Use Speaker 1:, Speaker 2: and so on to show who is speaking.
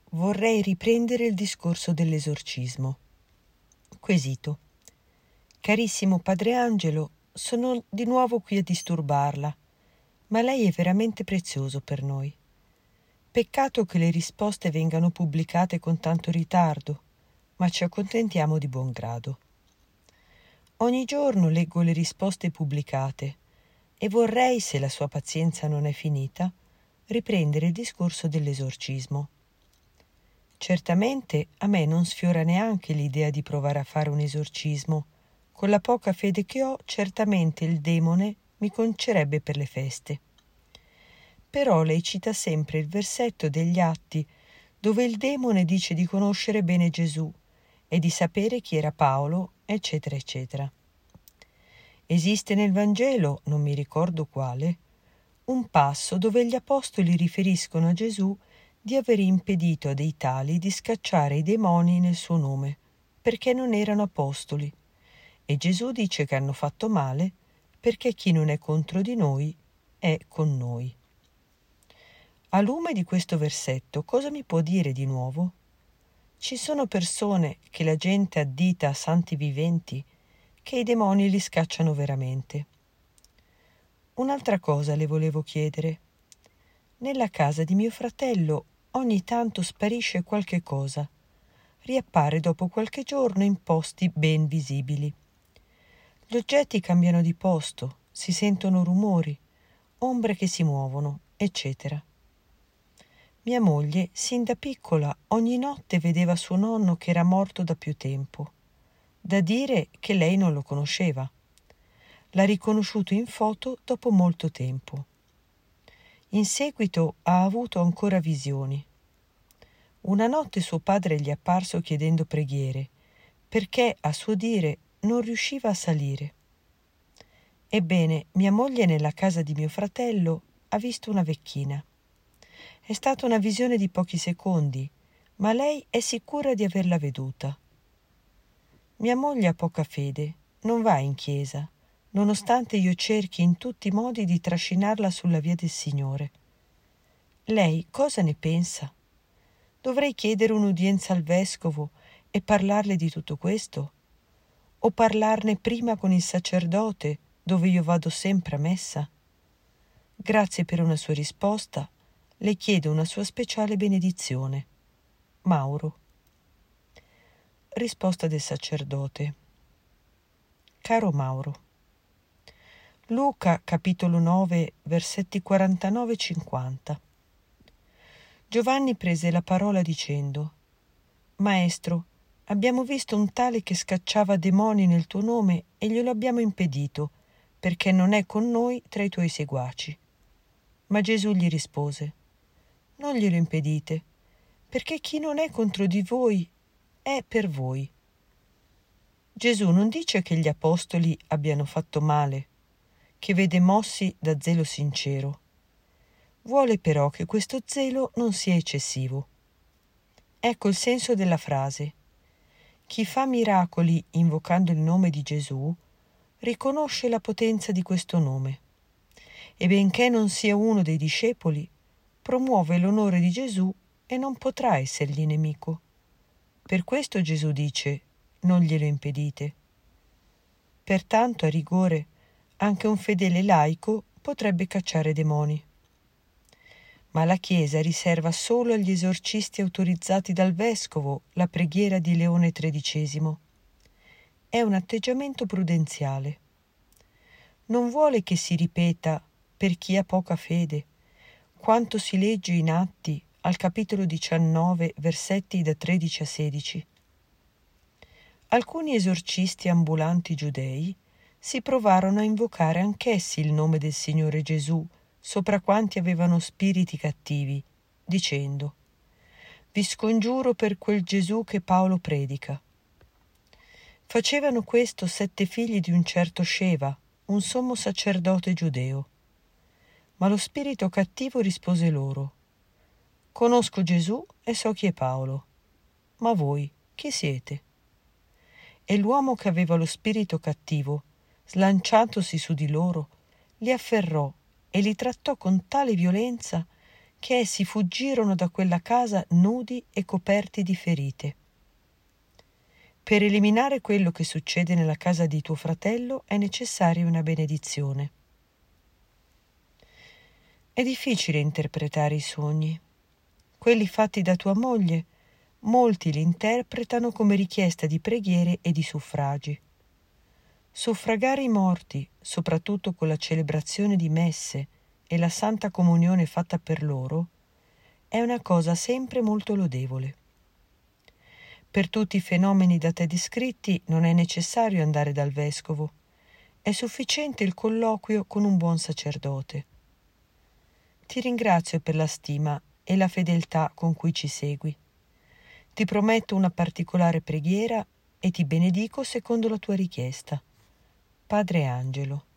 Speaker 1: Vorrei riprendere il discorso dell'esorcismo. Quesito. Carissimo Padre Angelo, sono di nuovo qui a disturbarla, ma lei è veramente prezioso per noi. Peccato che le risposte vengano pubblicate con tanto ritardo, ma ci accontentiamo di buon grado. Ogni giorno leggo le risposte pubblicate e vorrei, se la sua pazienza non è finita, riprendere il discorso dell'esorcismo. Certamente a me non sfiora neanche l'idea di provare a fare un esorcismo. Con la poca fede che ho, certamente il demone mi concerebbe per le feste. Però lei cita sempre il versetto degli Atti, dove il demone dice di conoscere bene Gesù e di sapere chi era Paolo, eccetera, eccetera. Esiste nel Vangelo, non mi ricordo quale, un passo dove gli apostoli riferiscono a Gesù di aver impedito a dei tali di scacciare i demoni nel suo nome, perché non erano apostoli, e Gesù dice che hanno fatto male perché chi non è contro di noi è con noi. A lume di questo versetto, cosa mi può dire di nuovo? Ci sono persone che la gente addita a santi viventi che i demoni li scacciano veramente. Un'altra cosa le volevo chiedere. Nella casa di mio fratello ogni tanto sparisce qualche cosa, riappare dopo qualche giorno in posti ben visibili. Gli oggetti cambiano di posto, si sentono rumori, ombre che si muovono, eccetera. Mia moglie, sin da piccola, ogni notte vedeva suo nonno che era morto da più tempo. Da dire che lei non lo conosceva. L'ha riconosciuto in foto dopo molto tempo. In seguito ha avuto ancora visioni. Una notte suo padre gli è apparso chiedendo preghiere, perché, a suo dire, non riusciva a salire. Ebbene, mia moglie nella casa di mio fratello ha visto una vecchina. È stata una visione di pochi secondi, ma lei è sicura di averla veduta. Mia moglie ha poca fede, non va in chiesa, nonostante io cerchi in tutti i modi di trascinarla sulla via del Signore. Lei cosa ne pensa? Dovrei chiedere un'udienza al vescovo e parlarle di tutto questo? O parlarne prima con il sacerdote, dove io vado sempre a messa? Grazie per una sua risposta. Le chiedo una sua speciale benedizione. Mauro. Risposta del sacerdote. Caro Mauro. Luca, capitolo 9, versetti 49 e 50. Giovanni prese la parola dicendo: Maestro, abbiamo visto un tale che scacciava demoni nel tuo nome e glielo abbiamo impedito, perché non è con noi tra i tuoi seguaci. Ma Gesù gli rispose: Non glielo impedite, perché chi non è contro di voi è per voi. Gesù non dice che gli apostoli abbiano fatto male, che vede mossi da zelo sincero. Vuole però che questo zelo non sia eccessivo. Ecco il senso della frase. Chi fa miracoli invocando il nome di Gesù riconosce la potenza di questo nome e benché non sia uno dei discepoli, promuove l'onore di Gesù e non potrà essergli nemico. Per questo Gesù dice: non glielo impedite. Pertanto, a rigore, anche un fedele laico potrebbe cacciare demoni. Ma la Chiesa riserva solo agli esorcisti autorizzati dal vescovo la preghiera di Leone XIII. È un atteggiamento prudenziale. Non vuole che si ripeta, per chi ha poca fede, quanto si legge in Atti al capitolo 19, versetti da 13 a 16. Alcuni esorcisti ambulanti giudei si provarono a invocare anch'essi il nome del Signore Gesù sopra quanti avevano spiriti cattivi, dicendo: Vi scongiuro per quel Gesù che Paolo predica. Facevano questo 7 figli di un certo Sceva, un sommo sacerdote giudeo. Ma lo spirito cattivo rispose loro: Conosco Gesù e so chi è Paolo, ma voi chi siete? E l'uomo che aveva lo spirito cattivo, slanciatosi su di loro, li afferrò e li trattò con tale violenza che essi fuggirono da quella casa nudi e coperti di ferite. Per eliminare quello che succede nella casa di tuo fratello è necessaria una benedizione. È difficile interpretare i sogni. Quelli fatti da tua moglie, molti li interpretano come richiesta di preghiere e di suffragi. Suffragare i morti, soprattutto con la celebrazione di messe e la Santa Comunione fatta per loro, è una cosa sempre molto lodevole. Per tutti i fenomeni da te descritti non è necessario andare dal vescovo, è sufficiente il colloquio con un buon sacerdote. Ti ringrazio per la stima e la fedeltà con cui ci segui. Ti prometto una particolare preghiera e ti benedico secondo la tua richiesta. Padre Angelo.